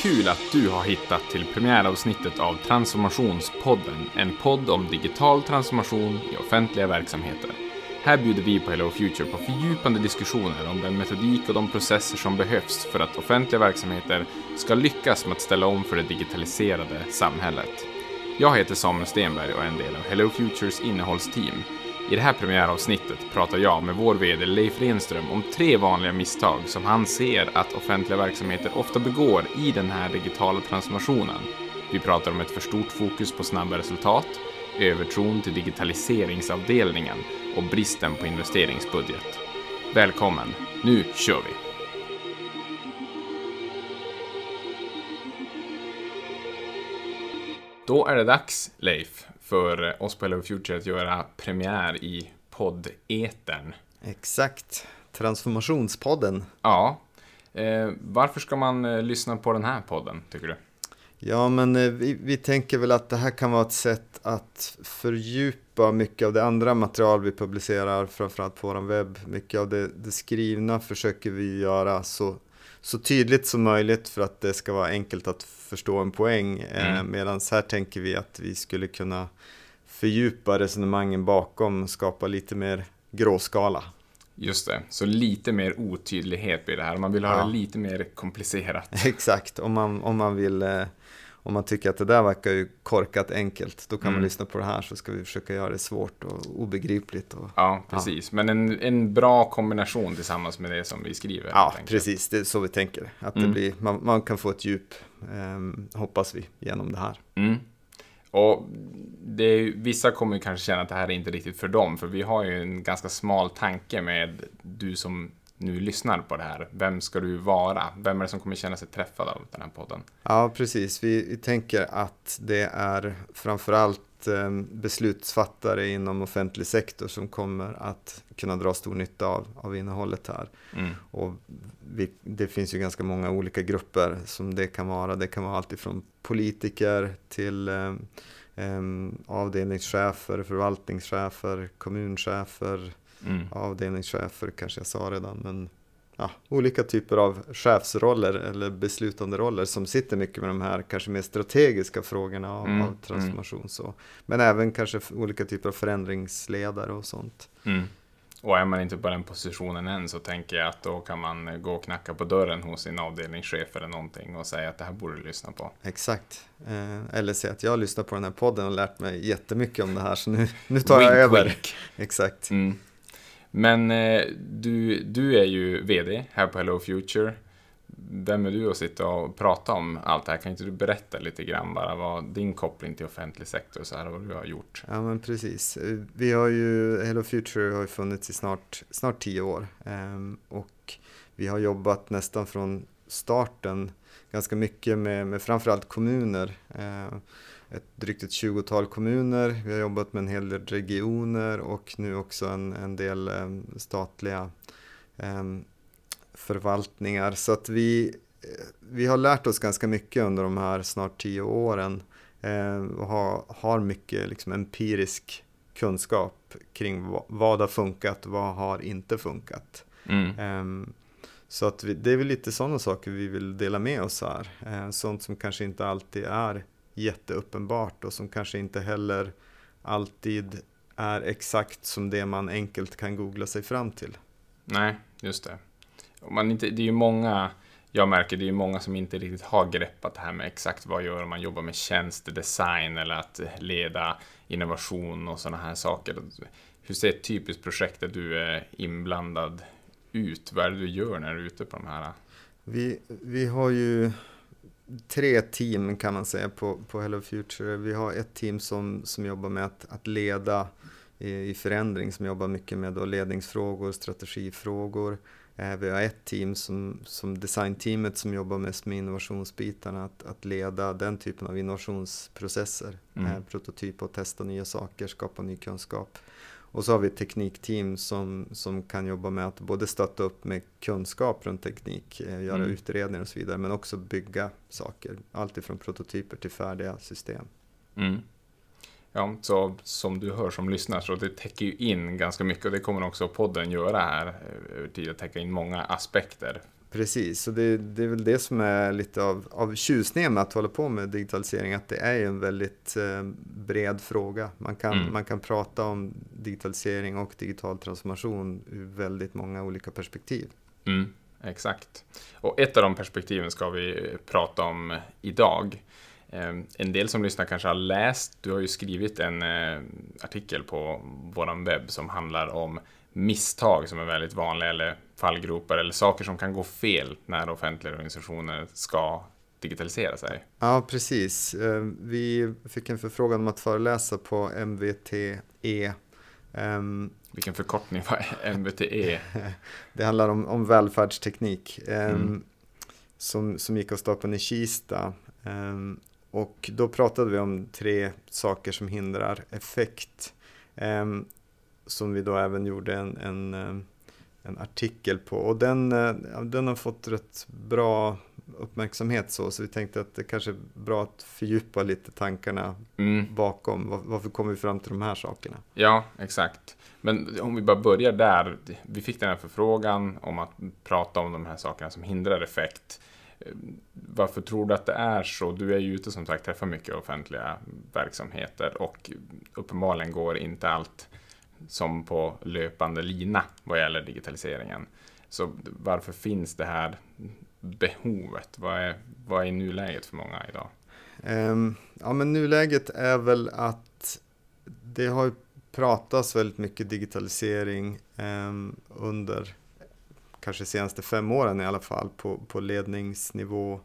Kul att du har hittat till premiäravsnittet av Transformationspodden, en podd om digital transformation i offentliga verksamheter. Här bjuder vi på Hello Future på fördjupande diskussioner om den metodik och de processer som behövs för att offentliga verksamheter ska lyckas med att ställa om för det digitaliserade samhället. Jag heter Samuel Stenberg och är en del av Hello Futures innehållsteam. I det här premiäravsnittet pratar jag med vår vd Leif Renström om 3 vanliga misstag som han ser att offentliga verksamheter ofta begår i den här digitala transformationen. Vi pratar om ett för stort fokus på snabba resultat, övertron till digitaliseringsavdelningen och bristen på investeringsbudget. Välkommen, nu kör vi! Då är det dags, Leif, för oss på Hello Future att göra premiär i podd-etern. Exakt, Transformationspodden. Ja, varför ska man lyssna på den här podden, tycker du? Ja, men vi tänker väl att det här kan vara ett sätt att fördjupa mycket av det andra material vi publicerar, framförallt på vår webb. Mycket av det skrivna försöker vi göra så tydligt som möjligt för att det ska vara enkelt att förstå en poäng. Medan här tänker vi att vi skulle kunna fördjupa resonemangen bakom, skapa lite mer gråskala. Just det, så lite mer otydlighet blir det här. Man vill ha det lite mer komplicerat. Exakt, om man tycker att det där verkar ju korkat enkelt, då kan man lyssna på det här, så ska vi försöka göra det svårt och obegripligt. Ja, precis. Men en bra kombination tillsammans med det som vi skriver. Ja, precis. Det är så vi tänker. Att det blir, man kan få ett djup, hoppas vi, genom det här. Och vissa kommer kanske känna att det här är inte riktigt för dem, för vi har ju en ganska smal tanke med du som nu lyssnar på det här. Vem ska du vara? Vem är det som kommer känna sig träffad av den här podden? Ja, precis. Vi tänker att det är framförallt beslutsfattare inom offentlig sektor som kommer att kunna dra stor nytta av innehållet här. Och det finns ju ganska många olika grupper som det kan vara. Det kan vara allt ifrån politiker till avdelningschefer, förvaltningschefer, kommunchefer, avdelningschefer kanske jag sa redan, men olika typer av chefsroller eller beslutande roller som sitter mycket med de här kanske mer strategiska frågorna av transformation. Men även kanske olika typer av förändringsledare och sånt. Och är man inte på den positionen än, så tänker jag att då kan man gå och knacka på dörren hos sin avdelningschef eller någonting och säga att det här borde du lyssna på. Exakt. Eller säga att jag har lyssnat på den här podden och lärt mig jättemycket om det här, så nu tar jag över. Wink. Exakt. Men du är ju vd här på Hello Future. Vem är du att sitta och prata om allt det här? Kan inte du berätta lite grann bara vad din koppling till offentlig sektor så här, vad du har gjort? Ja, men precis. Vi har ju, Hello Future har ju funnits i snart 10 år. Och vi har jobbat nästan från starten ganska mycket med framförallt kommuner. Drygt ett 20-tal kommuner. Vi har jobbat med en hel del regioner och nu också en del statliga förvaltningar. Så att vi har lärt oss ganska mycket under de här snart 10 åren och har mycket liksom empirisk kunskap kring vad har funkat och vad har inte funkat. Så att det är väl lite sådana saker vi vill dela med oss här. Sånt som kanske inte alltid är jätteuppenbart och som kanske inte heller alltid är exakt som det man enkelt kan googla sig fram till. Nej, just det. Det är ju många, jag märker det är många som inte riktigt har greppat det här med exakt vad gör man jobbar med tjänstedesign eller att leda innovation och sådana här saker. Hur ser ett typiskt projekt där du är inblandad ut? Vad är det du gör när du är ute på de här? Vi har ju 3 team kan man säga på Hello Future. Vi har ett team som jobbar med att leda i förändring, som jobbar mycket med då ledningsfrågor, strategifrågor. Vi har ett team som designteamet som jobbar mest med innovationsbitarna, att leda den typen av innovationsprocesser. Prototypa och testa nya saker, skapa ny kunskap. Och så har vi ett teknikteam som kan jobba med att både stötta upp med kunskap runt teknik, göra utredningar och så vidare, men också bygga saker. Allt ifrån prototyper till färdiga system. Ja, så som du hör som lyssnar, så det täcker ju in ganska mycket, och det kommer också podden göra här över tid, att täcka in många aspekter Precis, så det är väl det som är lite av tjusningen med att hålla på med digitalisering, att det är ju en väldigt bred fråga. Man kan prata om digitalisering och digital transformation ur väldigt många olika perspektiv. Exakt. Och ett av de perspektiven ska vi prata om idag. En del som lyssnar kanske har läst, du har ju skrivit en artikel på våran webb som handlar om misstag som är väldigt vanliga, eller fallgropar eller saker som kan gå fel när offentliga organisationer ska digitalisera sig. Ja, precis. Vi fick en förfrågan om att föreläsa på MVTE. Vilken förkortning var MVTE? Det handlar om välfärdsteknik som gick av stapeln i Kista. Och då pratade vi om 3 saker som hindrar effekt. Som vi då även gjorde en artikel på. Och den har fått rätt bra uppmärksamhet så vi tänkte att det kanske är bra att fördjupa lite tankarna bakom. Varför kommer vi fram till de här sakerna? Ja, exakt. Men om vi bara börjar där. Vi fick den här förfrågan om att prata om de här sakerna som hindrar effekt. Varför tror du att det är så? Du är ju ute som sagt, träffar mycket offentliga verksamheter och uppenbarligen går inte allt som på löpande lina vad gäller digitaliseringen. Så varför finns det här behovet? Vad är nuläget för många idag? Ja, men nuläget är väl att det har pratats väldigt mycket digitalisering under kanske senaste 5 åren i alla fall på ledningsnivå.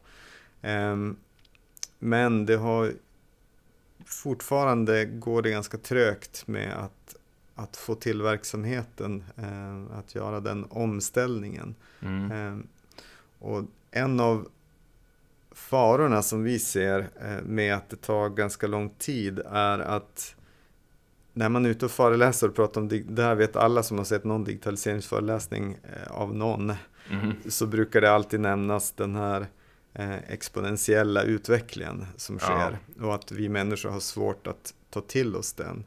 Men det har fortfarande går det ganska trögt med att få till verksamheten, att göra den omställningen. Och en av farorna som vi ser med att det tar ganska lång tid är att när man är ute och föreläser och pratar om det här, vet alla som har sett någon digitaliseringsföreläsning av någon, så brukar det alltid nämnas den här exponentiella utvecklingen som sker och att vi människor har svårt att ta till oss den.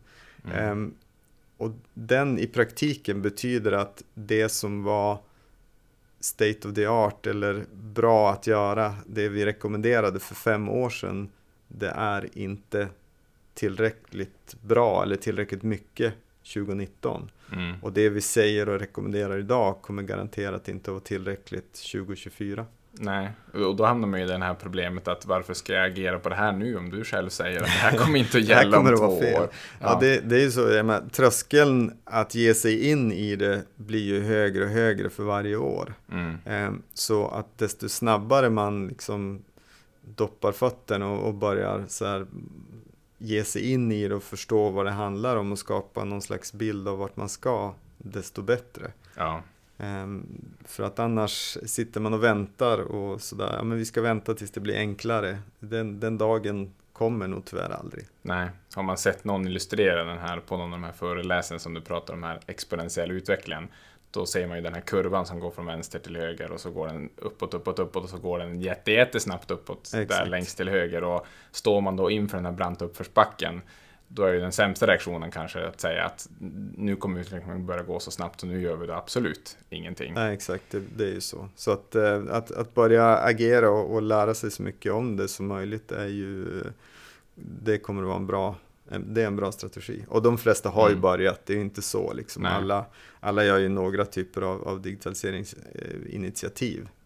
Och den i praktiken betyder att det som var state of the art eller bra att göra, det vi rekommenderade för 5 år sedan, det är inte tillräckligt bra eller tillräckligt mycket 2019. Och det vi säger och rekommenderar idag kommer garanterat inte vara tillräckligt 2024. Nej, och då hamnar man ju i det här problemet att varför ska jag agera på det här nu om du själv säger att det här kommer inte att gälla om 2 år. Ja, det är ju så, tröskeln att ge sig in i det blir ju högre och högre för varje år. Så att desto snabbare man liksom doppar fötterna och börjar så här ge sig in i det och förstå vad det handlar om och skapa någon slags bild av vart man ska, desto bättre. Ja. För att annars sitter man och väntar och sådär, ja men vi ska vänta tills det blir enklare. Den dagen kommer nog tyvärr aldrig. Nej, har man sett någon illustrera den här på någon av de här föreläsningarna som du pratar om, här exponentiella utvecklingen, då ser man ju den här kurvan som går från vänster till höger och så går den uppåt och så går den jättesnabbt uppåt. Exakt. Där längst till höger, och står man då inför den här branta uppförsbacken, då är ju den sämsta reaktionen kanske att säga att nu kommer utvecklingen börja gå så snabbt och nu gör vi det absolut ingenting. Nej, exakt, det är ju så. Så att börja agera och lära sig så mycket om det som möjligt är ju, det kommer att vara det är en bra strategi. Och de flesta har ju börjat, det är ju inte så liksom. Alla gör ju några typer av digitaliseringsinitiativ.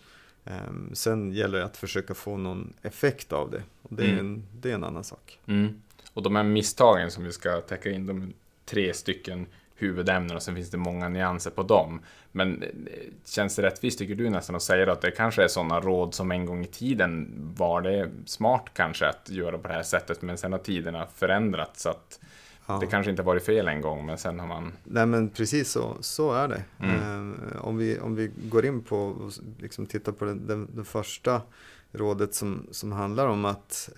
Sen gäller det att försöka få någon effekt av det. Och det är en annan sak. Och de här misstagen som vi ska täcka in, de 3 stycken huvudämnen och sen finns det många nyanser på dem. Men känns det rättvist, tycker du nästan, att säga att det kanske är sådana råd som en gång i tiden var det smart kanske att göra på det här sättet, men sen har tiderna förändrats så att det kanske inte varit fel en gång, men sen har man... Nej, men precis så är det. Om vi går in på och liksom tittar på det första rådet som handlar om att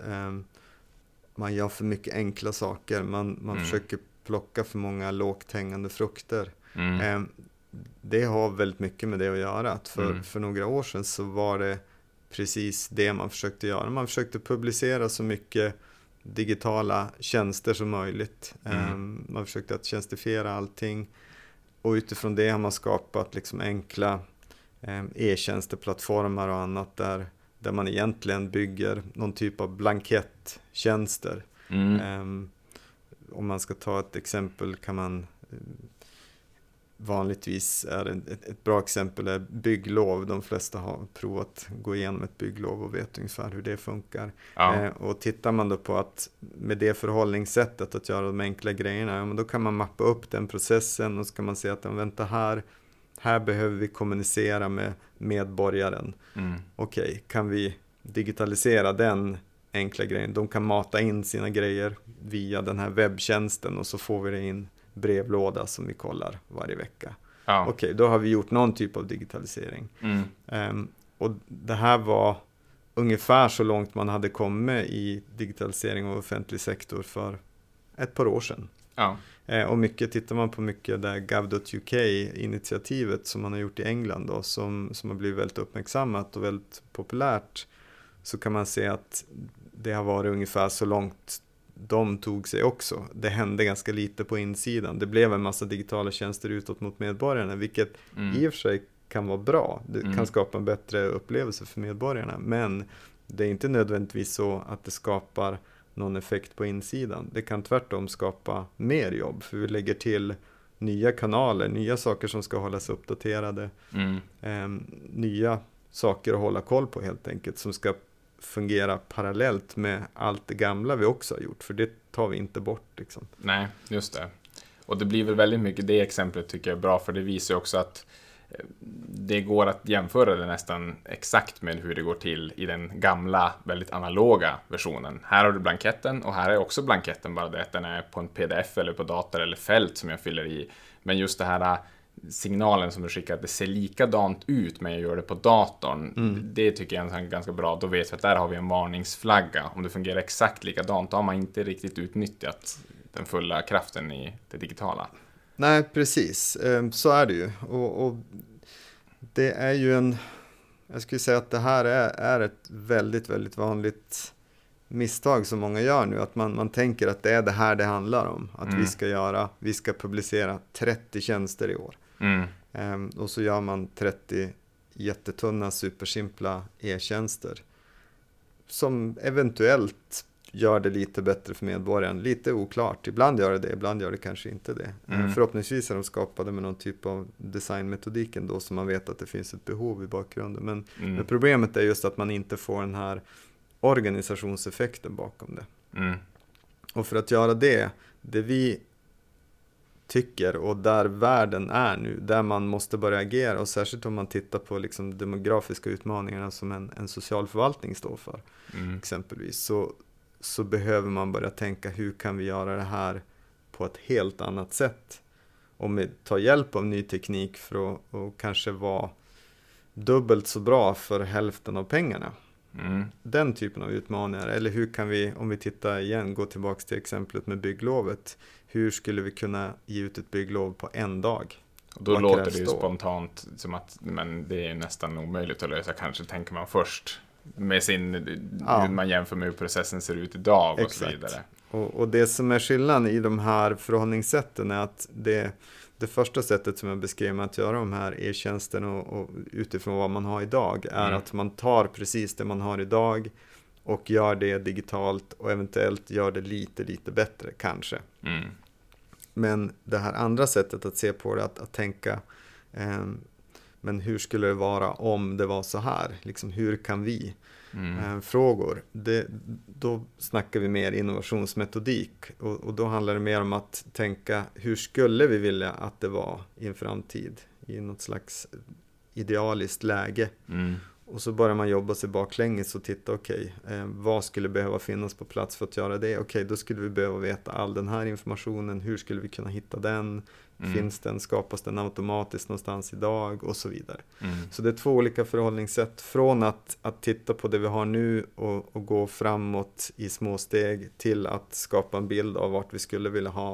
man gör för mycket enkla saker. Man försöker plocka för många lågt hängande frukter. Det har väldigt mycket med det att göra. Att för några år sedan så var det precis det man försökte göra. Man försökte publicera så mycket digitala tjänster som möjligt. Man försökte att tjänstifiera allting. Och utifrån det har man skapat liksom enkla e-tjänsteplattformar och annat där man egentligen bygger någon typ av blanketttjänster. Om man ska ta ett exempel kan man vanligtvis är ett bra exempel är bygglov. De flesta har provat gå igenom ett bygglov och vet ungefär hur det funkar. Ja. Och tittar man då på att med det förhållningssättet att göra de enkla grejerna, ja, men då kan man mappa upp den processen och så kan man se att vänta här behöver vi kommunicera med medborgaren. Okej, kan vi digitalisera den enkla grejen? De kan mata in sina grejer via den här webbtjänsten och så får vi det in brevlåda som vi kollar varje vecka. Ja. Okej, då har vi gjort någon typ av digitalisering. Och det här var ungefär så långt man hade kommit i digitalisering av offentlig sektor för ett par år sedan. Ja. Och tittar man på mycket där Gov.uk-initiativet som man har gjort i England då, som har blivit väldigt uppmärksammat och väldigt populärt, så kan man se att det har varit ungefär så långt de tog sig också. Det hände ganska lite på insidan. Det blev en massa digitala tjänster utåt mot medborgarna, vilket i och för sig kan vara bra. Det kan skapa en bättre upplevelse för medborgarna, men det är inte nödvändigtvis så att det skapar någon effekt på insidan. Det kan tvärtom skapa mer jobb, för vi lägger till nya kanaler, nya saker som ska hållas uppdaterade, nya saker att hålla koll på helt enkelt, som ska fungera parallellt med allt det gamla vi också har gjort, för det tar vi inte bort liksom. Nej, just det. Och det blir väl väldigt mycket, det exemplet tycker jag är bra, för det visar också att det går att jämföra det nästan exakt med hur det går till i den gamla, väldigt analoga versionen. Här har du blanketten och här är också blanketten, bara det att den är på en pdf eller på dator eller fält som jag fyller i. Men just det här signalen som du skickar, att det ser likadant ut men jag gör det på datorn, det tycker jag är ganska bra. Då vet vi att där har vi en varningsflagga. Om det fungerar exakt likadant, då har man inte riktigt utnyttjat den fulla kraften i det digitala. Nej, precis. Så är det ju. Och det är ju jag skulle säga att det här är ett väldigt, väldigt vanligt misstag som många gör nu. Att man tänker att det är det här det handlar om. Att vi ska publicera 30 tjänster i år. Och så gör man 30 jättetunna, supersimpla e-tjänster. Som eventuellt gör det lite bättre för medborgaren. Lite oklart. Ibland gör det, ibland gör det kanske inte det. Förhoppningsvis är de skapade med någon typ av designmetodik ändå, så man vet att det finns ett behov i bakgrunden. Men problemet är just att man inte får den här organisationseffekten bakom det. Och för att göra det vi tycker och där världen är nu, där man måste börja agera, och särskilt om man tittar på liksom demografiska utmaningarna som en social förvaltning står för, exempelvis, så behöver man börja tänka, hur kan vi göra det här på ett helt annat sätt? Om vi tar hjälp av ny teknik för att kanske vara dubbelt så bra för hälften av pengarna. Den typen av utmaningar. Eller hur kan vi, om vi tittar igen, gå tillbaka till exemplet med bygglovet. Hur skulle vi kunna ge ut ett bygglov på en dag? Och då låter det ju spontant som att men det är nästan omöjligt att lösa, kanske tänker man först. Med hur man jämför med hur processen ser ut idag. Exakt. Och så vidare. Och det som är skillnaden i de här förhållningssätten är att det första sättet som jag beskrev med att göra de här e-tjänsterna och utifrån vad man har idag är att man tar precis det man har idag och gör det digitalt och eventuellt gör det lite bättre kanske. Men det här andra sättet att se på det, att tänka men hur skulle det vara om det var så här? Liksom, hur kan vi? Frågor. Då snackar vi mer innovationsmetodik. Och då handlar det mer om att tänka, hur skulle vi vilja att det var i en framtid? I något slags idealiskt läge. Och så börjar man jobba sig baklänges och titta, vad skulle behöva finnas på plats för att göra det? Då skulle vi behöva veta all den här informationen. Hur skulle vi kunna hitta den? Finns den? Skapas den automatiskt någonstans idag? Och så vidare. Så det är två olika förhållningssätt. Från att titta på det vi har nu och gå framåt i små steg till att skapa en bild av vart vi skulle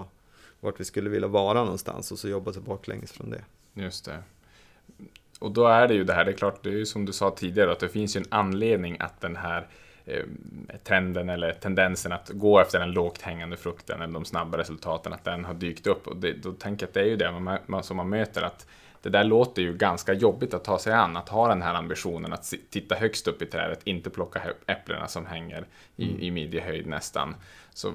vilja vara någonstans och så jobba sig baklänges från det. Just det. Och då är det ju det här, det är klart, det är ju som du sa tidigare, att det finns ju en anledning att den här trenden eller tendensen att gå efter den lågt hängande frukten eller de snabba resultaten, att den har dykt upp. Och då tänker jag att det är ju det som man möter, att det där låter ju ganska jobbigt att ta sig an, att ha den här ambitionen att titta högst upp i trädet, inte plocka äpplena som hänger i midjehöjd nästan. Så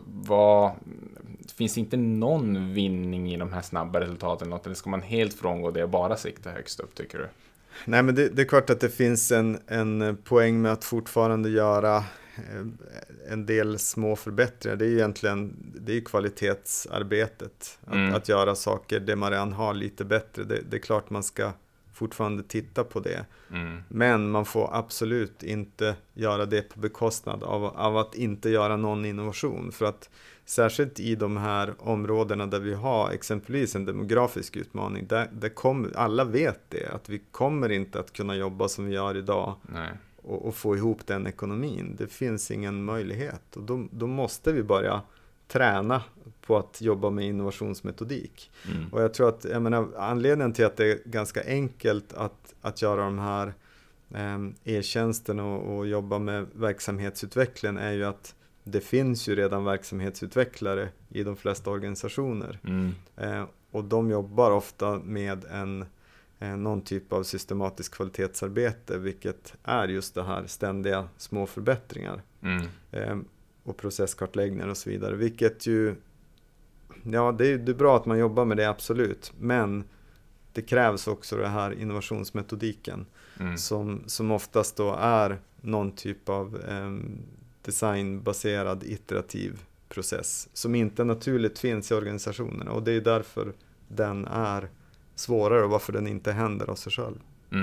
finns inte någon vinning i de här snabba resultaten, eller ska man helt frångå det och bara sikta högst upp, tycker du? Nej, men det är klart att det finns en poäng med att fortfarande göra en del små förbättringar. Det är ju egentligen kvalitetsarbetet. Att göra saker det man redan har lite bättre. Det är klart man ska fortfarande titta på det. Men man får absolut inte göra det på bekostnad av att inte göra någon innovation. För att särskilt i de här områdena där vi har exempelvis en demografisk utmaning, alla vet det, att vi kommer inte att kunna jobba som vi gör idag. Nej. Och få ihop den ekonomin. Det finns ingen möjlighet. Och då måste vi börja träna på att jobba med innovationsmetodik. Och jag tror att anledningen till att det är ganska enkelt att göra de här e-tjänsten och jobba med verksamhetsutvecklingen är ju att det finns ju redan verksamhetsutvecklare i de flesta organisationer. Och de jobbar ofta med någon typ av systematisk kvalitetsarbete, vilket är just det här ständiga små förbättringar och processkartläggningar och så vidare, vilket ju det är bra att man jobbar med det, absolut, men det krävs också det här innovationsmetodiken som oftast då är någon typ av designbaserad iterativ process som inte naturligt finns i organisationerna, och det är därför den är svårare och varför den inte händer av sig själv.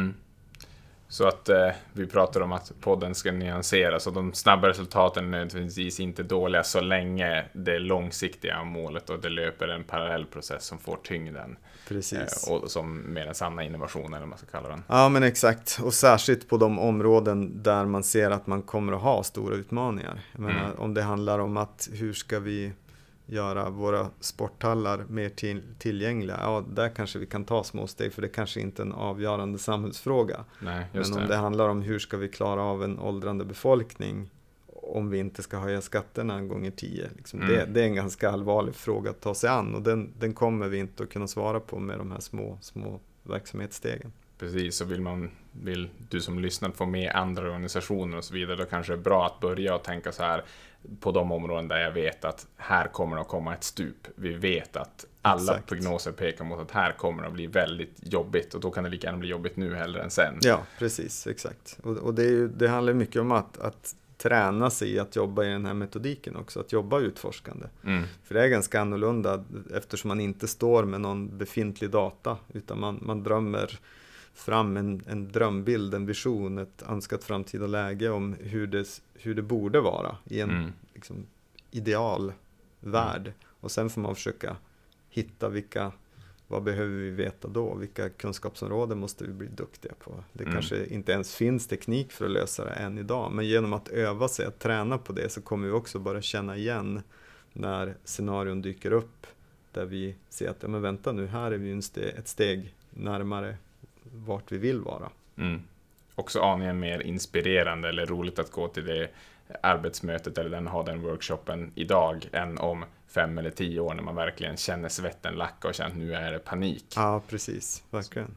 Så att vi pratar om att podden ska nyanseras och de snabba resultaten är nödvändigtvis inte dåliga så länge det långsiktiga målet och det löper en parallell process som får tyngden. Precis. Och som med en sanna innovation, eller vad man ska kalla den. Ja, men exakt. Och särskilt på de områden där man ser att man kommer att ha stora utmaningar. Jag menar, om det handlar om att hur ska vi göra våra sporthallar mer tillgängliga, där kanske vi kan ta små steg, för det kanske inte är en avgörande samhällsfråga. Nej, men om det handlar om hur ska vi klara av en åldrande befolkning om vi inte ska höja skatterna gånger 10, liksom, det är en ganska allvarlig fråga att ta sig an, och den kommer vi inte att kunna svara på med de här små verksamhetsstegen. Precis, så vill du som lyssnar få med andra organisationer och så vidare, då kanske det är bra att börja och tänka så här på de områden där jag vet att här kommer det att komma ett stup. Vi vet att alla prognoser pekar mot att här kommer det att bli väldigt jobbigt, och då kan det lika gärna bli jobbigt nu hellre än sen. Ja, precis, exakt. Och det handlar mycket om att träna sig i att jobba i den här metodiken också, att jobba utforskande. För det är ganska annorlunda eftersom man inte står med någon befintlig data, utan man drömmer fram en drömbild, en vision, ett önskat framtida läge om hur det borde vara i en liksom, ideal värld. Och sen får man försöka hitta vad behöver vi veta då? Vilka kunskapsområden måste vi bli duktiga på? Det kanske inte ens finns teknik för att lösa det än idag, men genom att öva sig, att träna på det, så kommer vi också bara känna igen när scenarion dyker upp där vi ser att men vänta nu, här är vi ett steg närmare vart vi vill vara. Också aningen mer inspirerande eller roligt att gå till det arbetsmötet eller ha den workshopen idag än om 5 eller 10 år när man verkligen känner svetten lacka och känner att nu är det panik. Ja, precis. Verkligen.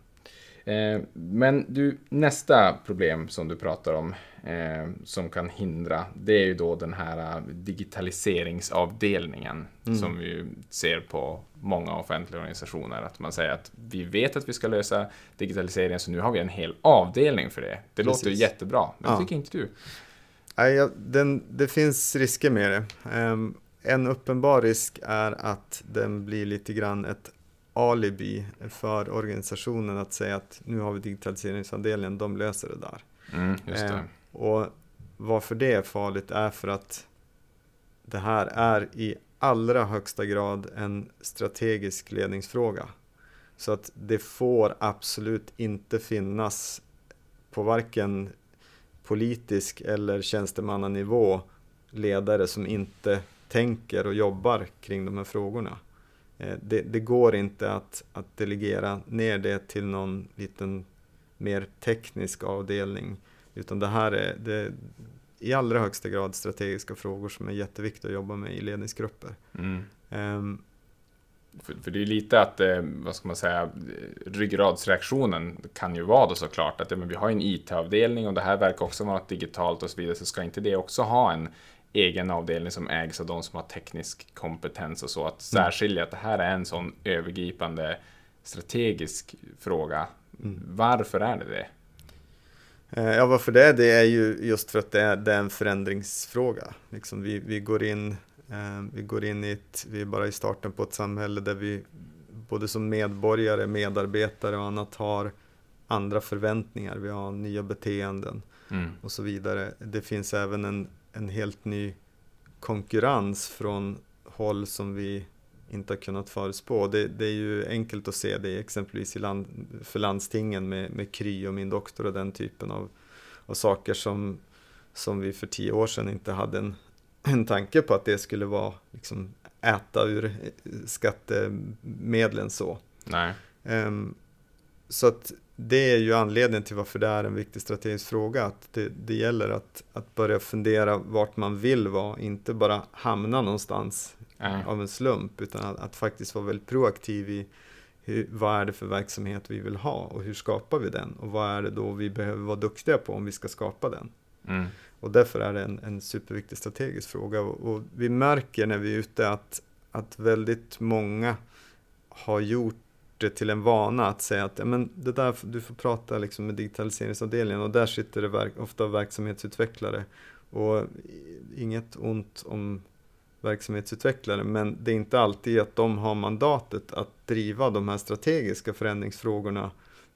Men nästa problem som du pratar om som kan hindra, det är ju då den här digitaliseringsavdelningen som vi ser på många offentliga organisationer, att man säger att vi vet att vi ska lösa digitaliseringen, så nu har vi en hel avdelning för det. Det låter ju jättebra, men tycker inte du? Nej, det finns risker med det. En uppenbar risk är att den blir lite grann ett alibi för organisationen att säga att nu har vi digitaliseringsavdelningen, de löser det där. Just det. Och varför det är farligt är för att det här är i allra högsta grad en strategisk ledningsfråga. Så att det får absolut inte finnas på varken politisk eller tjänstemannanivå ledare som inte tänker och jobbar kring de här frågorna. Det går inte att delegera ner det till någon liten mer teknisk avdelning, utan det här är i allra högsta grad strategiska frågor som är jätteviktiga att jobba med i ledningsgrupper. För det är lite att, vad ska man säga, ryggradsreaktionen kan ju vara då såklart att men vi har en IT-avdelning och det här verkar också vara digitalt och så vidare, så ska inte det också ha en egen avdelning som ägs av de som har teknisk kompetens och så, att särskilja att det här är en sån övergripande strategisk fråga. Varför är det? Ja, varför det är ju just för att det är en förändringsfråga. Liksom vi går in vi är bara i starten på ett samhälle där vi både som medborgare, medarbetare och annat har andra förväntningar. Vi har nya beteenden och så vidare. Det finns även en helt ny konkurrens från håll som vi inte har kunnat förutspå. Det är ju enkelt att se det exempelvis för landstingen med Kry och Min doktor och den typen av saker som vi för 10 år sedan inte hade en tanke på att det skulle vara liksom äta ur skattemedlen så. Nej. Så att det är ju anledningen till varför det är en viktig strategisk fråga, att det gäller att börja fundera vart man vill vara, inte bara hamna någonstans av en slump, utan att faktiskt vara väldigt proaktiv i vad är det för verksamhet vi vill ha och hur skapar vi den och vad är det då vi behöver vara duktiga på om vi ska skapa den. Och därför är det en superviktig strategisk fråga, och vi märker när vi är ute att väldigt många har gjort det till en vana att säga att men det där, du får prata liksom med digitaliseringsavdelningen och där sitter det ofta verksamhetsutvecklare, och inget ont om verksamhetsutvecklare, men det är inte alltid att de har mandatet att driva de här strategiska förändringsfrågorna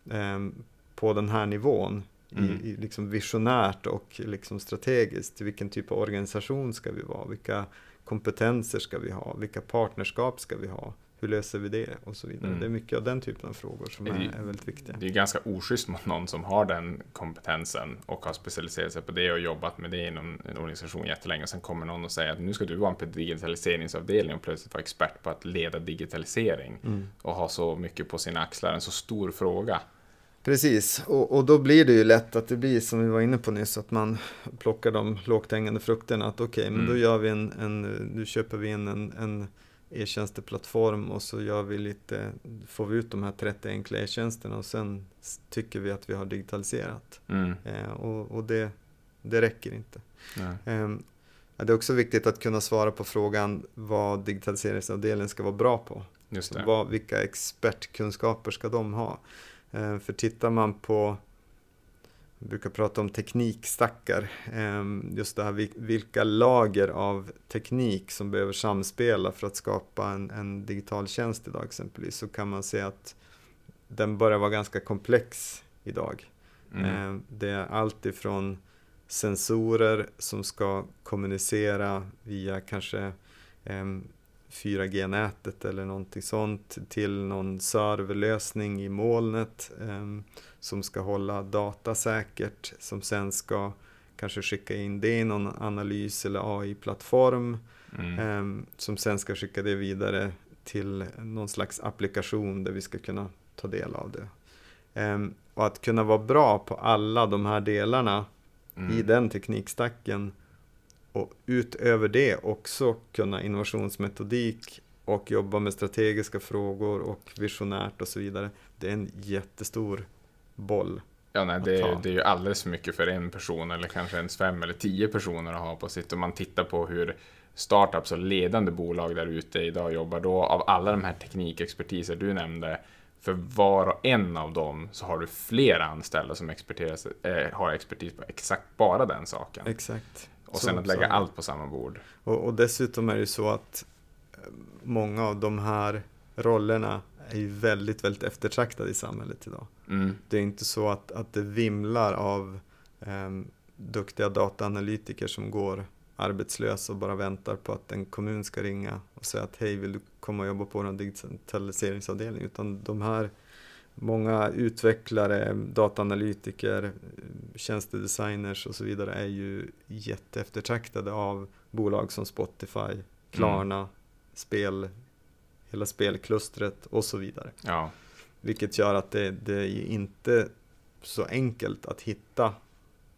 på den här nivån. I liksom visionärt och liksom strategiskt. Vilken typ av organisation ska vi vara? Vilka kompetenser ska vi ha? Vilka partnerskap ska vi ha? Hur löser vi det? Och så vidare. Det är mycket av den typen av frågor som är väldigt viktiga. Det är ganska oschysst mot någon som har den kompetensen och har specialiserat sig på det och jobbat med det inom en organisation jättelänge, och sen kommer någon och säger att nu ska du vara på digitaliseringsavdelning och plötsligt vara expert på att leda digitalisering och ha så mycket på sina axlar, en så stor fråga. Precis, och då blir det ju lätt att det blir som vi var inne på nyss, att man plockar de lågt hängande frukterna, att okej, men då gör vi nu köper vi in en e-tjänsteplattform och så får vi ut de här 30 enkla e-tjänsterna och sen tycker vi att vi har digitaliserat. Och det räcker inte. Det är också viktigt att kunna svara på frågan vad digitaliseringsavdelningen ska vara bra på. Just det. Vilka expertkunskaper ska de ha? För tittar man på, vi brukar prata om teknikstackar, just det här vilka lager av teknik som behöver samspela för att skapa en digital tjänst idag exempelvis, så kan man se att den börjar vara ganska komplex idag. Det är allt ifrån sensorer som ska kommunicera via kanske 4G-nätet eller någonting sånt, till någon serverlösning i molnet som ska hålla data säkert, som sen ska kanske skicka in det i någon analys eller AI-plattform som sen ska skicka det vidare till någon slags applikation där vi ska kunna ta del av det. Och att kunna vara bra på alla de här delarna i den teknikstacken, och utöver det också kunna innovationsmetodik och jobba med strategiska frågor och visionärt och så vidare. Det är en jättestor boll. Ja, nej, det är ju alldeles för mycket för en person eller kanske ens 5 eller 10 personer att ha på sitt. Om man tittar på hur startups och ledande bolag där ute idag jobbar, då av alla de här teknikexpertiser du nämnde, för var och en av dem så har du flera anställda som har expertis på exakt bara den saken. Exakt. Och sen att lägga allt på samma bord. Och dessutom är det så att många av de här rollerna är ju väldigt, väldigt eftertraktade i samhället idag. Det är inte så att det vimlar av duktiga dataanalytiker som går arbetslösa och bara väntar på att en kommun ska ringa och säga att hej, vill du komma och jobba på en digitaliseringsavdelning? Utan de här många utvecklare, dataanalytiker, tjänstedesigners och så vidare är ju jätteeftertraktade av bolag som Spotify, Klarna, hela spelklustret och så vidare. Ja. Vilket gör att det är inte så enkelt att hitta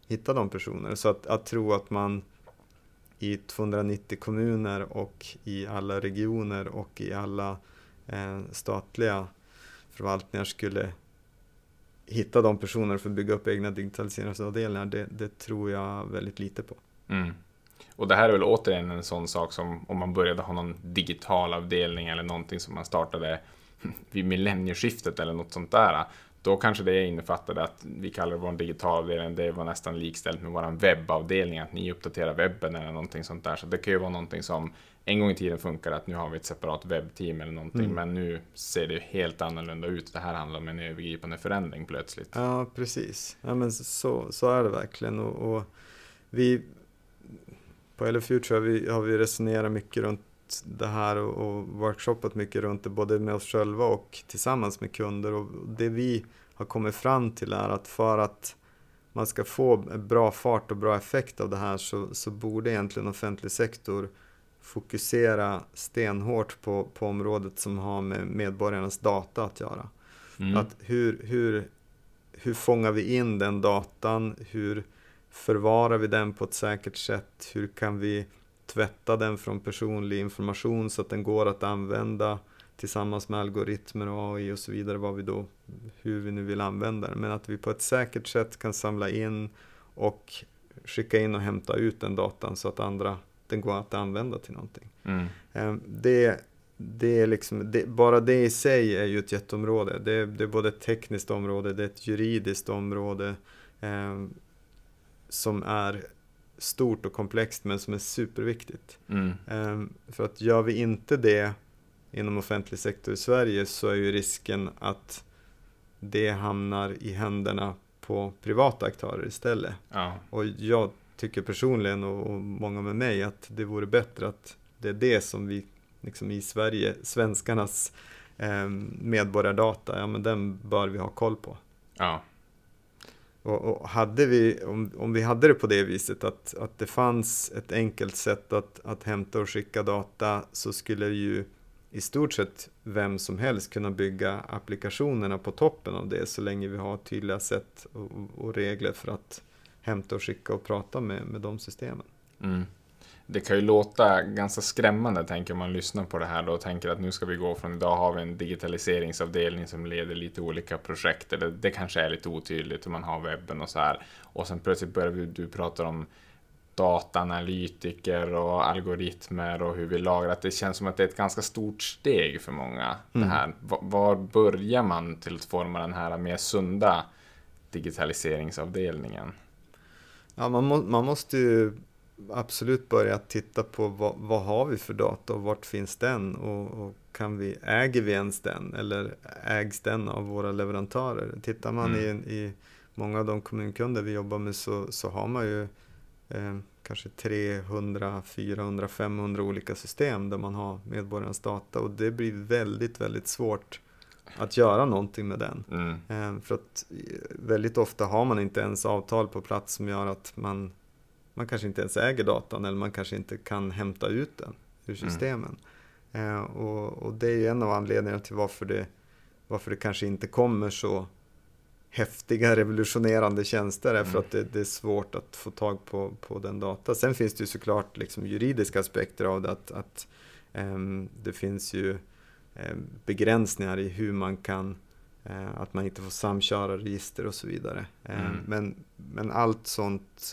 hitta de personerna. Så att tro att man i 290 kommuner och i alla regioner och i alla statliga förvaltningar skulle hitta de personer för att bygga upp egna digitaliseringsavdelningar, det tror jag väldigt lite på. Mm. Och det här är väl återigen en sån sak som om man började ha någon digital avdelning eller någonting som man startade vid millennieskiftet eller något sånt där, då kanske det innefattade att vi kallar det vår digital avdelning, det var nästan likställt med vår webbavdelning, att ni uppdaterar webben eller någonting sånt där. Så det kan ju vara någonting som en gång i tiden funkar, att nu har vi ett separat webbteam eller någonting, men nu ser det helt annorlunda ut. Det här handlar om en övergripande förändring plötsligt. Ja, precis. Ja, men så är det verkligen. Och vi på Hello Future har vi resonerat mycket runt det här och workshoppat mycket runt det, både med oss själva och tillsammans med kunder. Och det vi har kommit fram till är att för att man ska få bra fart och bra effekt av det här så borde egentligen offentlig sektor fokusera stenhårt på området som har med medborgarnas data att göra. Att hur fångar vi in den datan? Hur förvarar vi den på ett säkert sätt? Hur kan vi tvätta den från personlig information så att den går att använda tillsammans med algoritmer och AI och så vidare, hur vi nu vill använda den. Men att vi på ett säkert sätt kan samla in och skicka in och hämta ut den datan så att den går att använda till någonting. Det är liksom, bara det i sig är ju ett jätteområde. Det är både ett tekniskt område, det är ett juridiskt område som är stort och komplext men som är superviktigt. För att gör vi inte det inom offentlig sektor i Sverige så är ju risken att det hamnar i händerna på privata aktörer istället. Ja. Och jag tycker personligen och många med mig att det vore bättre att det är det som vi liksom i Sverige, svenskarnas medborgardata, men den bör vi ha koll på. Ja. Och om vi hade det på det viset att det fanns ett enkelt sätt att hämta och skicka data, så skulle ju i stort sett vem som helst kunna bygga applikationerna på toppen av det, så länge vi har tydliga sätt och regler för att hämta och skicka och prata med de systemen. Det kan ju låta ganska skrämmande, tänker man lyssnar på det här då och tänker att nu ska vi gå från idag har vi en digitaliseringsavdelning som leder lite olika projekt, eller det kanske är lite otydligt hur man har webben och så här, och sen plötsligt börjar du prata om dataanalytiker och algoritmer och hur vi lagrar, att det känns som att det är ett ganska stort steg för många. Det här. Var börjar man till att forma den här mer sunda digitaliseringsavdelningen? Ja, man måste ju absolut börja titta på vad har vi för data och vart finns den, och äger vi ens den, eller ägs den av våra leverantörer? Tittar man i många av de kommunkunder vi jobbar med så har man ju kanske 300, 400, 500 olika system där man har medborgarnas data, och det blir väldigt, väldigt svårt att göra någonting med den. För att väldigt ofta har man inte ens avtal på plats som gör att man kanske inte ens äger datan, eller man kanske inte kan hämta ut den ur systemen. Och det är ju en av anledningarna till varför det kanske inte kommer så häftiga, revolutionerande tjänster, för att det är svårt att få tag på den data. Sen finns det ju såklart liksom juridiska aspekter av det, att det finns ju begränsningar i hur man kan, att man inte får samköra register och så vidare. Men allt sånt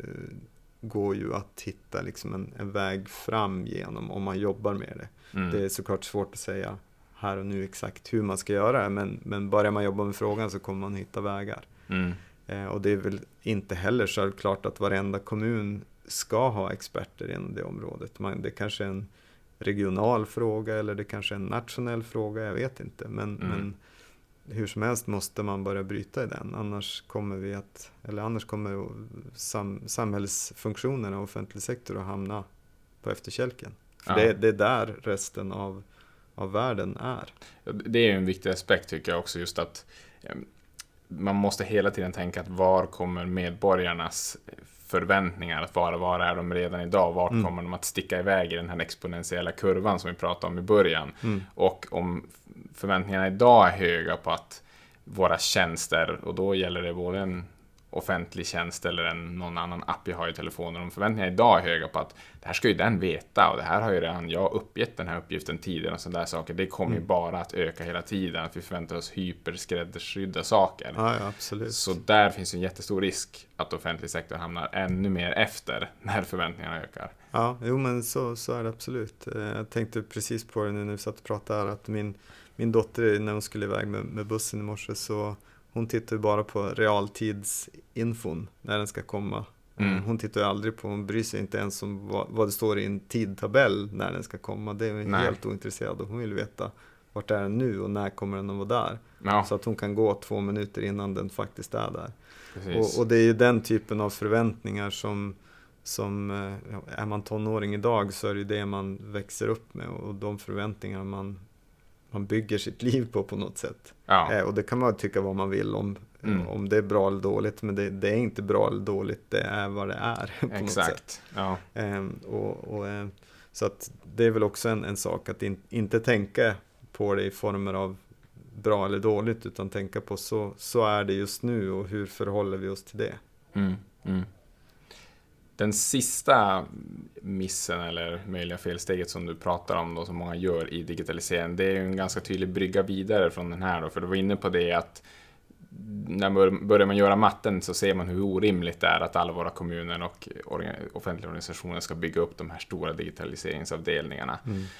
går ju att hitta liksom en väg fram genom, om man jobbar med det. Det är såklart svårt att säga här och nu exakt hur man ska göra det, men börjar man jobba med frågan så kommer man hitta vägar. Och det är väl inte heller självklart att varenda kommun ska ha experter inom det området. Det kanske är en regional fråga, eller det kanske är en nationell fråga, jag vet inte. Men hur som helst måste man börja bryta i den, annars kommer samhällsfunktionerna och offentlig sektor att hamna på efterkälken. För det är där resten av världen är. Det är ju en viktig aspekt, tycker jag också, just att man måste hela tiden tänka att var kommer medborgarnas förväntningar att vara, var är de redan idag, vart kommer de att sticka iväg i den här exponentiella kurvan som vi pratade om i början. Och om förväntningarna idag är höga på att våra tjänster, och då gäller det både offentlig tjänst eller någon annan app jag har i telefonen. Om förväntningarna idag är höga på att det här ska ju den veta och det här har ju redan jag uppgett den här uppgiften tidigare och sådana där saker. Det kommer ju bara att öka hela tiden, att vi förväntar oss hyperskräddarsydda saker. Ja, absolut. Så där finns en jättestor risk att offentlig sektor hamnar ännu mer efter när förväntningarna ökar. Ja, jo men så är det absolut. Jag tänkte precis på det nu när vi satt och pratade här, att min dotter, när hon skulle iväg med bussen i morse, så hon tittar ju bara på realtidsinfon när den ska komma. Hon tittar ju aldrig på, hon bryr sig inte ens om vad det står i en tidtabell när den ska komma. Det är hon helt ointresserad och hon vill veta vart är den nu och när kommer den att vara där. Ja. Så att hon kan gå 2 minuter innan den faktiskt är där. Och det är ju den typen av förväntningar som är man tonåring idag, så är det ju det man växer upp med och de förväntningar man bygger sitt liv på något sätt. Ja. Och det kan man tycka vad man vill om det är bra eller dåligt, men det är inte bra eller dåligt, det är vad det är på något sätt. Ja. Så att det är väl också en sak att inte tänka på det i former av bra eller dåligt, utan tänka på så är det just nu och hur förhåller vi oss till det. Den sista missen eller möjliga felsteget som du pratar om då, som många gör i digitalisering, det är ju en ganska tydlig brygga vidare från den här då, för du var inne på det att när börjar man göra matten så ser man hur orimligt det är att alla våra kommuner och offentliga organisationer ska bygga upp de här stora digitaliseringsavdelningarna.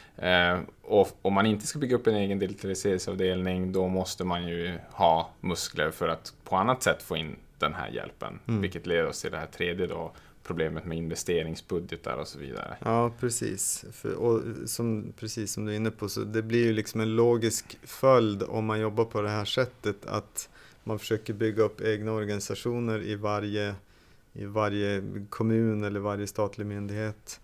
Och om man inte ska bygga upp en egen digitaliseringsavdelning, då måste man ju ha muskler för att på annat sätt få in den här hjälpen, vilket leder oss till det här tredje då, problemet med investeringsbudgetar och så vidare. Ja, precis. Precis som du är inne på, så det blir ju liksom en logisk följd om man jobbar på det här sättet, att man försöker bygga upp egna organisationer i varje kommun eller varje statlig myndighet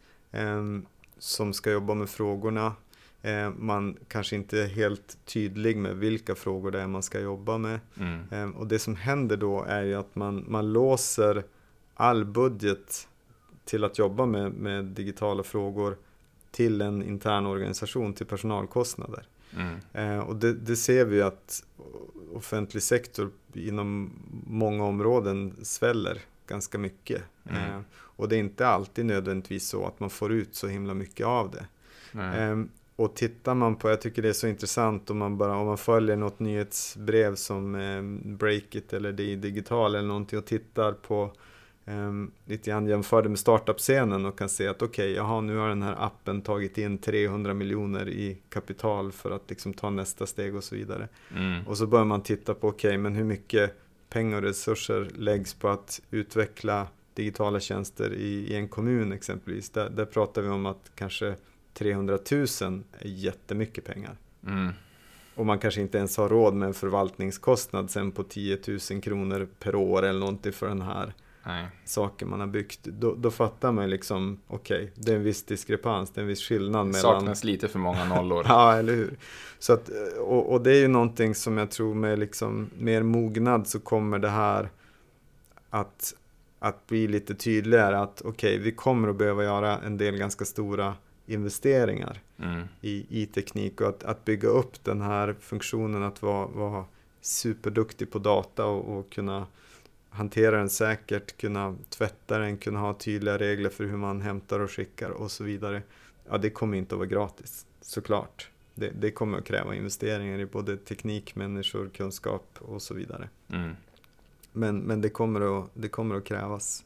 som ska jobba med frågorna. Man kanske inte är helt tydlig med vilka frågor det är man ska jobba med. Och det som händer då är ju att man låser all budget till att jobba med digitala frågor till en intern organisation, till personalkostnader. Och det ser vi att offentlig sektor inom många områden sväller ganska mycket. Och det är inte alltid nödvändigtvis så att man får ut så himla mycket av det. Och tittar man på, jag tycker det är så intressant om man följer något nyhetsbrev som Breakit eller Digital eller någonting och tittar på lite grann jämförde med startup-scenen och kan se att nu har den här appen tagit in 300 miljoner i kapital för att liksom ta nästa steg och så vidare. Och så börjar man titta på men hur mycket pengar och resurser läggs på att utveckla digitala tjänster i en kommun exempelvis. Där pratar vi om att kanske 300 000 är jättemycket pengar. Och man kanske inte ens har råd med en förvaltningskostnad sen på 10 000 kronor per år eller någonting för den här saker man har byggt. Då fattar man liksom, det är en viss diskrepans, det är en viss skillnad mellan... Saknas lite för många nollor. Ja, eller hur? Så att, och det är ju någonting som jag tror med liksom mer mognad så kommer det här att bli lite tydligare att vi kommer att behöva göra en del ganska stora investeringar i teknik och att bygga upp den här funktionen att vara superduktig på data och kunna hantera den säkert, kunna tvätta den, kunna ha tydliga regler för hur man hämtar och skickar och så vidare. Ja, det kommer inte att vara gratis, såklart. Det kommer att kräva investeringar i både teknik, människor, kunskap och så vidare. Men det kommer att krävas.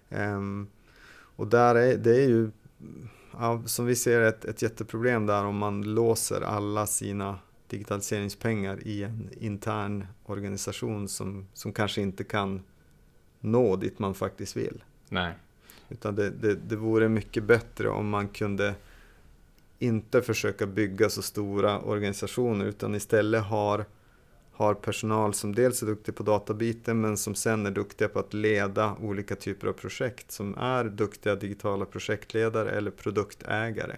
Och det är ju som vi ser ett jätteproblem där om man låser alla sina digitaliseringspengar i en intern organisation som kanske inte kan nå dit man faktiskt vill. Nej. Utan det vore mycket bättre om man kunde inte försöka bygga så stora organisationer utan istället har personal som dels är duktig på databiten men som sen är duktiga på att leda olika typer av projekt, som är duktiga digitala projektledare eller produktägare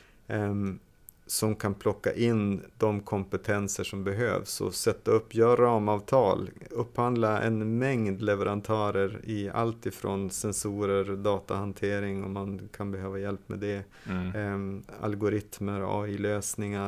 som kan plocka in de kompetenser som behövs och sätta upp, göra ramavtal, upphandla en mängd leverantörer i allt ifrån sensorer, datahantering om man kan behöva hjälp med det, algoritmer, AI-lösningar,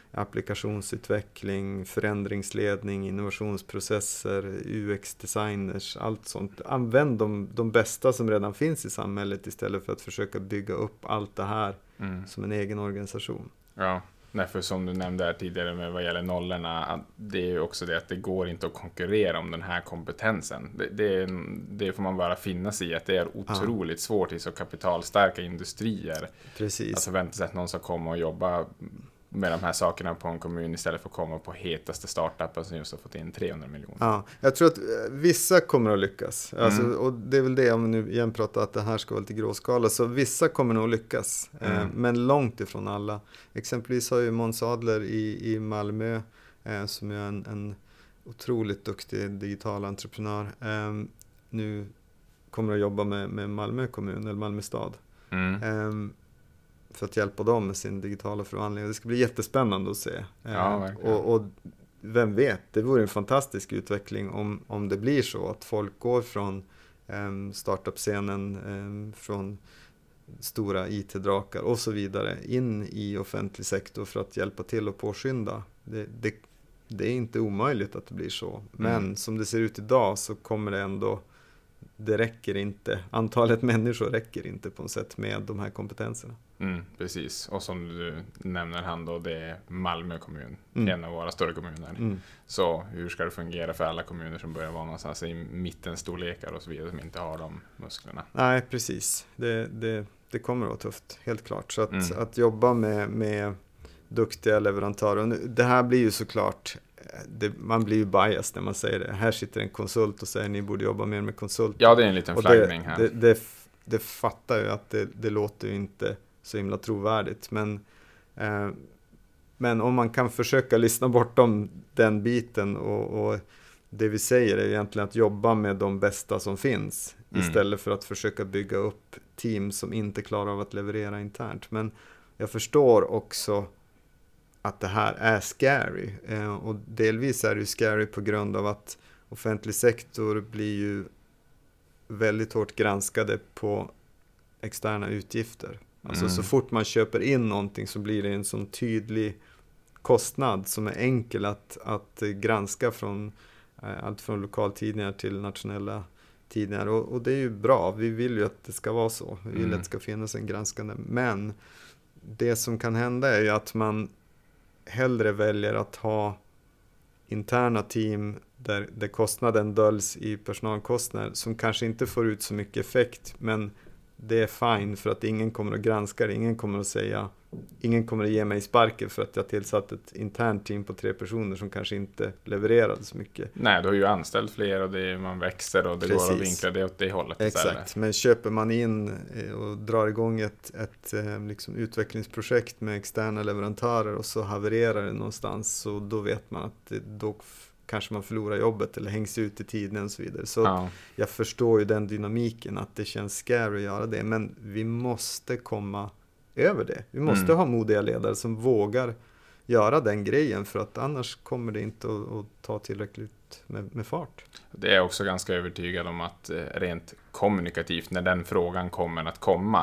applikationsutveckling, förändringsledning, innovationsprocesser, UX-designers, allt sånt. Använd de bästa som redan finns i samhället istället för att försöka bygga upp allt det här som en egen organisation. Ja, därför som du nämnde här tidigare med vad gäller nollorna, det är ju också det att det går inte att konkurrera om den här kompetensen. Det får man bara finna sig i, att det är otroligt svårt i så kapitalstarka industrier. Precis. Att förvänta sig att någon ska komma och jobba med de här sakerna på en kommun istället för att komma på hetaste startupen som just har fått in 300 miljoner. Ja, jag tror att vissa kommer att lyckas. Alltså, och det är väl det, om vi nu igen pratar att det här ska vara lite gråskala, så vissa kommer nog lyckas. Men långt ifrån alla. Exempelvis har ju Måns Adler i Malmö, som är en otroligt duktig digital entreprenör, nu kommer att jobba med Malmö kommun eller Malmö stad. För att hjälpa dem med sin digitala förvandling. Det ska bli jättespännande att se. Ja, och vem vet, det vore en fantastisk utveckling om det blir så att folk går från startup-scenen, från stora IT-drakar och så vidare in i offentlig sektor för att hjälpa till och påskynda. Det är inte omöjligt att det blir så. Men som det ser ut idag så kommer det ändå, det räcker inte. Antalet människor räcker inte på något sätt med de här kompetenserna. Precis, och som du nämner han då, det är Malmö kommun, en av våra större kommuner. Så hur ska det fungera för alla kommuner som börjar vara någonstans i mittenstorlekar och så vidare, som inte har de musklerna? Nej, precis. Det kommer att vara tufft, helt klart. Så att jobba med duktiga leverantörer, det här blir ju såklart, man blir ju biased när man säger det. Här sitter en konsult och säger ni borde jobba mer med konsult. Ja, det är en liten flaggning här. Det fattar ju att det låter ju inte så himla trovärdigt. Men om man kan försöka lyssna bortom den biten och det vi säger är egentligen att jobba med de bästa som finns istället för att försöka bygga upp team som inte klarar av att leverera internt. Men jag förstår också att det här är scary. Och delvis är det ju scary på grund av att offentlig sektor blir ju väldigt hårt granskade på externa utgifter. Alltså så fort man köper in någonting så blir det en sån tydlig kostnad som är enkel att granska från allt från lokaltidningar till nationella tidningar. Och det är ju bra. Vi vill ju att det ska vara så. Vi vill att det ska finnas en granskande. Men det som kan hända är ju att man hellre väljer att ha interna team där kostnaden döljs i personalkostnader som kanske inte får ut så mycket effekt, men det är fine för att ingen kommer att granska det, ingen kommer att ge mig sparken för att jag tillsatt ett internt team på 3 personer som kanske inte levererade så mycket. Nej, du har ju anställt fler och man växer och det går att vinkla det åt det hållet. Exakt, men köper man in och drar igång ett liksom utvecklingsprojekt med externa leverantörer och så havererar det någonstans, så då vet man att då kanske man förlorar jobbet eller hängs ut i tiden och så vidare. Så jag förstår ju den dynamiken, att det känns scary att göra det, men vi måste komma över det. Vi måste ha modiga ledare som vågar göra den grejen, för att annars kommer det inte att ta tillräckligt med fart. Det är också ganska övertygad om att rent kommunikativt, när den frågan kommer att komma,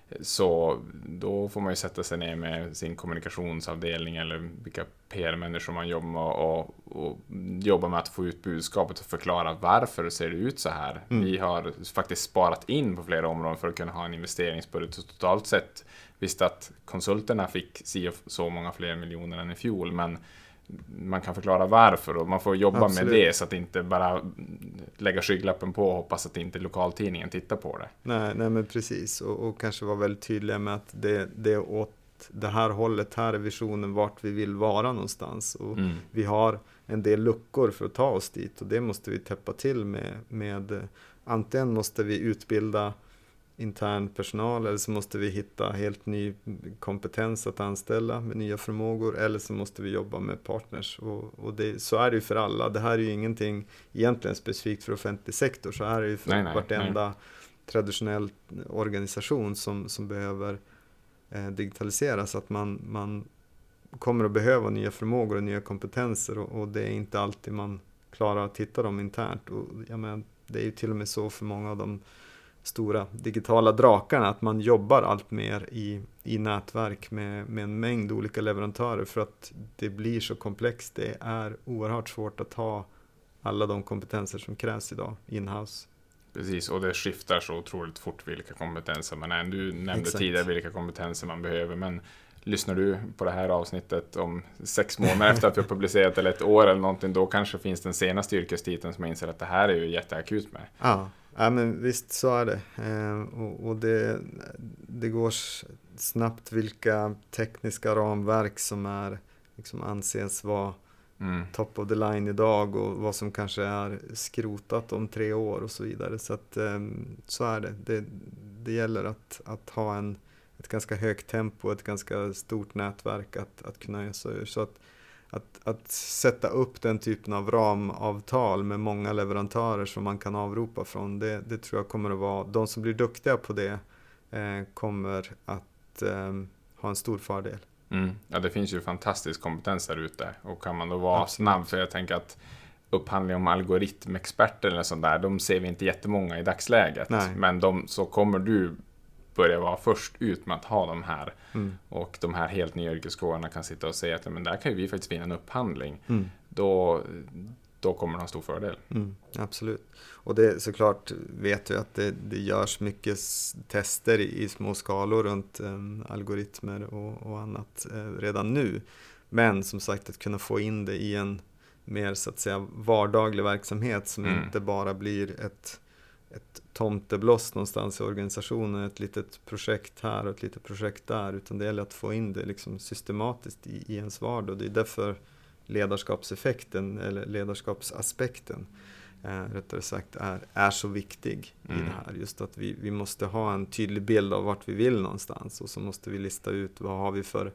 så då får man ju sätta sig ner med sin kommunikationsavdelning eller vilka PR-människor man jobbar med och jobba med att få ut budskapet och förklara varför ser det ut så här. Vi har faktiskt sparat in på flera områden för att kunna ha en investeringsbudget totalt sett. Visst att konsulterna fick så många fler miljoner än i fjol, men man kan förklara varför och man får jobba med det, så att inte bara lägga skygglappen på och hoppas att inte lokaltidningen tittar på det. Nej men precis, och kanske vara väldigt tydliga med att det är åt det här hållet, här är visionen vart vi vill vara någonstans, och vi har en del luckor för att ta oss dit, och det måste vi täppa till med antingen måste vi utbilda intern personal, eller så måste vi hitta helt ny kompetens att anställa med nya förmågor, eller så måste vi jobba med partners, och så är det ju för alla. Det här är ju ingenting egentligen specifikt för offentlig sektor, så här är det ju för vartenda traditionell organisation som behöver digitaliseras, att man kommer att behöva nya förmågor och nya kompetenser, och det är inte alltid man klarar att hitta dem internt, och jag menar, det är ju till och med så för många av de stora digitala drakarna, att man jobbar allt mer i nätverk med en mängd olika leverantörer, för att det blir så komplext. Det är oerhört svårt att ha alla de kompetenser som krävs idag in-house. Precis, och det skiftar så otroligt fort vilka kompetenser man är. Du nämnde Exakt. tidigare vilka kompetenser man behöver, men lyssnar du på det här avsnittet om 6 månader efter att vi har publicerat, eller 1 år eller någonting, då kanske finns den senaste yrkestiteln som man inser att det här är ju jätteakut med. Ja, men visst så är det. Och det går snabbt vilka tekniska ramverk som är, liksom anses vara top of the line idag, och vad som kanske är skrotat om 3 år och så vidare. Så att så är det. Det gäller att ha ett ganska högt tempo, ett ganska stort nätverk att kunna ösa ur. Så att sätta upp den typen av ramavtal med många leverantörer som man kan avropa från, det tror jag kommer att vara, de som blir duktiga på det kommer att ha en stor fördel. Ja, det finns ju fantastisk kompetens där ute, och kan man då vara snabb, för jag tänker att upphandling om algoritmexperter eller sånt där, de ser vi inte jättemånga i dagsläget. Nej. Men så kommer du börja vara först ut med att ha de här, och de här helt nya yrkeskårerna kan sitta och säga att men där kan ju vi faktiskt vinna en upphandling. Då kommer det ha stor fördel. Absolut. Och det såklart vet vi att det görs mycket tester i små skalor runt algoritmer och annat redan nu. Men som sagt, att kunna få in det i en mer så att säga vardaglig verksamhet som inte bara blir ett tomtebloss någonstans i organisationen, ett litet projekt här och ett litet projekt där, utan det gäller att få in det liksom systematiskt i ens vardag. Det är därför ledarskapseffekten, eller ledarskapsaspekten rättare sagt, är så viktig i det här. Just att vi måste ha en tydlig bild av vart vi vill någonstans, och så måste vi lista ut vad har vi för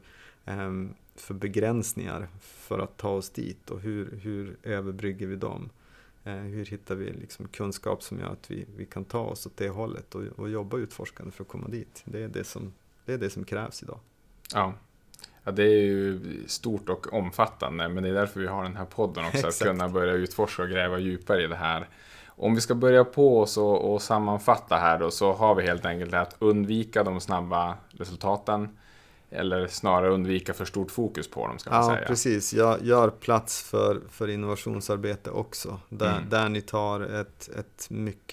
begränsningar för att ta oss dit, och hur överbrygger vi dem. Hur hittar vi liksom kunskap som gör att vi kan ta oss åt det hållet och jobba utforskande för att komma dit. Det är det som krävs idag. Ja, det är ju stort och omfattande, men det är därför vi har den här podden också. Exakt. Att kunna börja utforska och gräva djupare i det här. Om vi ska börja på oss och sammanfatta här då, så har vi helt enkelt att undvika de snabba resultaten, eller snarare undvika för stort fokus på dem, ska man säga. Ja, precis. Jag gör plats för innovationsarbete också. Där ni tar ett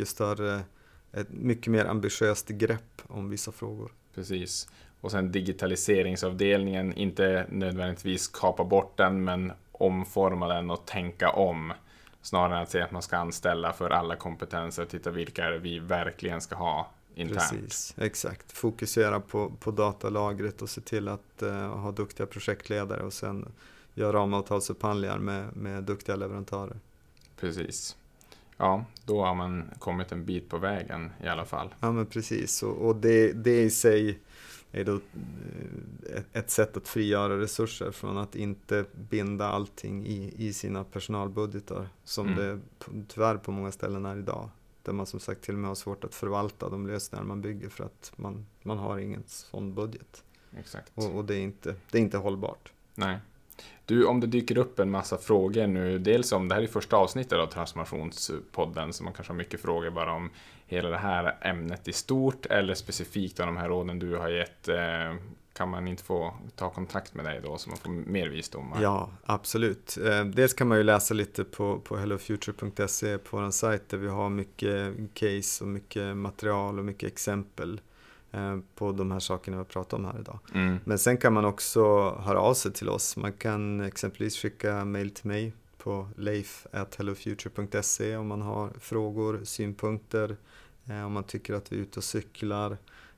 mycket mer ambitiöst grepp om vissa frågor. Precis. Och sen digitaliseringsavdelningen, inte nödvändigtvis kapa bort den, men omforma den och tänka om. Snarare än att säga att man ska anställa för alla kompetenser, titta vilka är det vi verkligen ska ha internt. Precis, exakt. Fokusera på datalagret och se till att ha duktiga projektledare, och sen göra ramavtalsupphandlingar med duktiga leverantörer. Precis. Ja, då har man kommit en bit på vägen i alla fall. Ja, men precis. Och det i sig är då ett sätt att frigöra resurser från att inte binda allting i sina personalbudgetar, som det tyvärr på många ställen är idag. Där man som sagt till och med har svårt att förvalta de lösningar man bygger, för att man har ingen sån budget. Exakt. Och det är inte hållbart. Nej. Du, om det dyker upp en massa frågor nu, dels om det här är första avsnittet av Transformationspodden, så man kanske har mycket frågor bara om hela det här ämnet i stort, eller specifikt av de här råden du har gett, kan man inte få ta kontakt med dig då, så man får mer visdom? Ja, absolut. Dels kan man ju läsa lite på hellofuture.se på vår sajt, där vi har mycket case och mycket material och mycket exempel på de här sakerna vi har pratat om här idag. Men sen kan man också höra av sig till oss. Man kan exempelvis skicka mail till mig på leif@hellofuture.se om man har frågor, synpunkter, om man tycker att vi är ute och cyklar,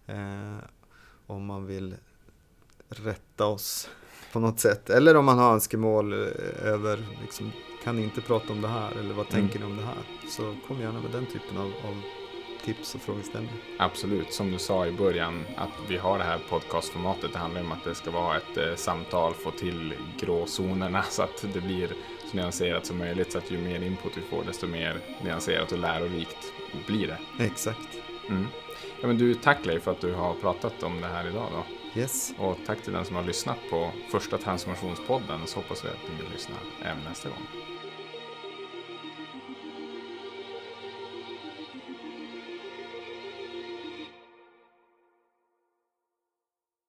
om man vill rätta oss på något sätt, eller om man har önskemål över liksom, kan ni inte prata om det här, eller vad tänker ni om det här, så kom gärna med den typen av tips och frågeställningar. Absolut, som du sa i början, att vi har det här podcastformatet, det handlar om att det ska vara ett samtal, få till gråzonerna så att det blir så nyanserat som möjligt, så att ju mer input vi får, desto mer nyanserat och lärorikt blir det. Exakt. Ja, men du, tack Leif för att du har pratat om det här idag då. Yes. Och tack till den som har lyssnat på första Transformationspodden, så hoppas vi att ni vill lyssna även nästa gång.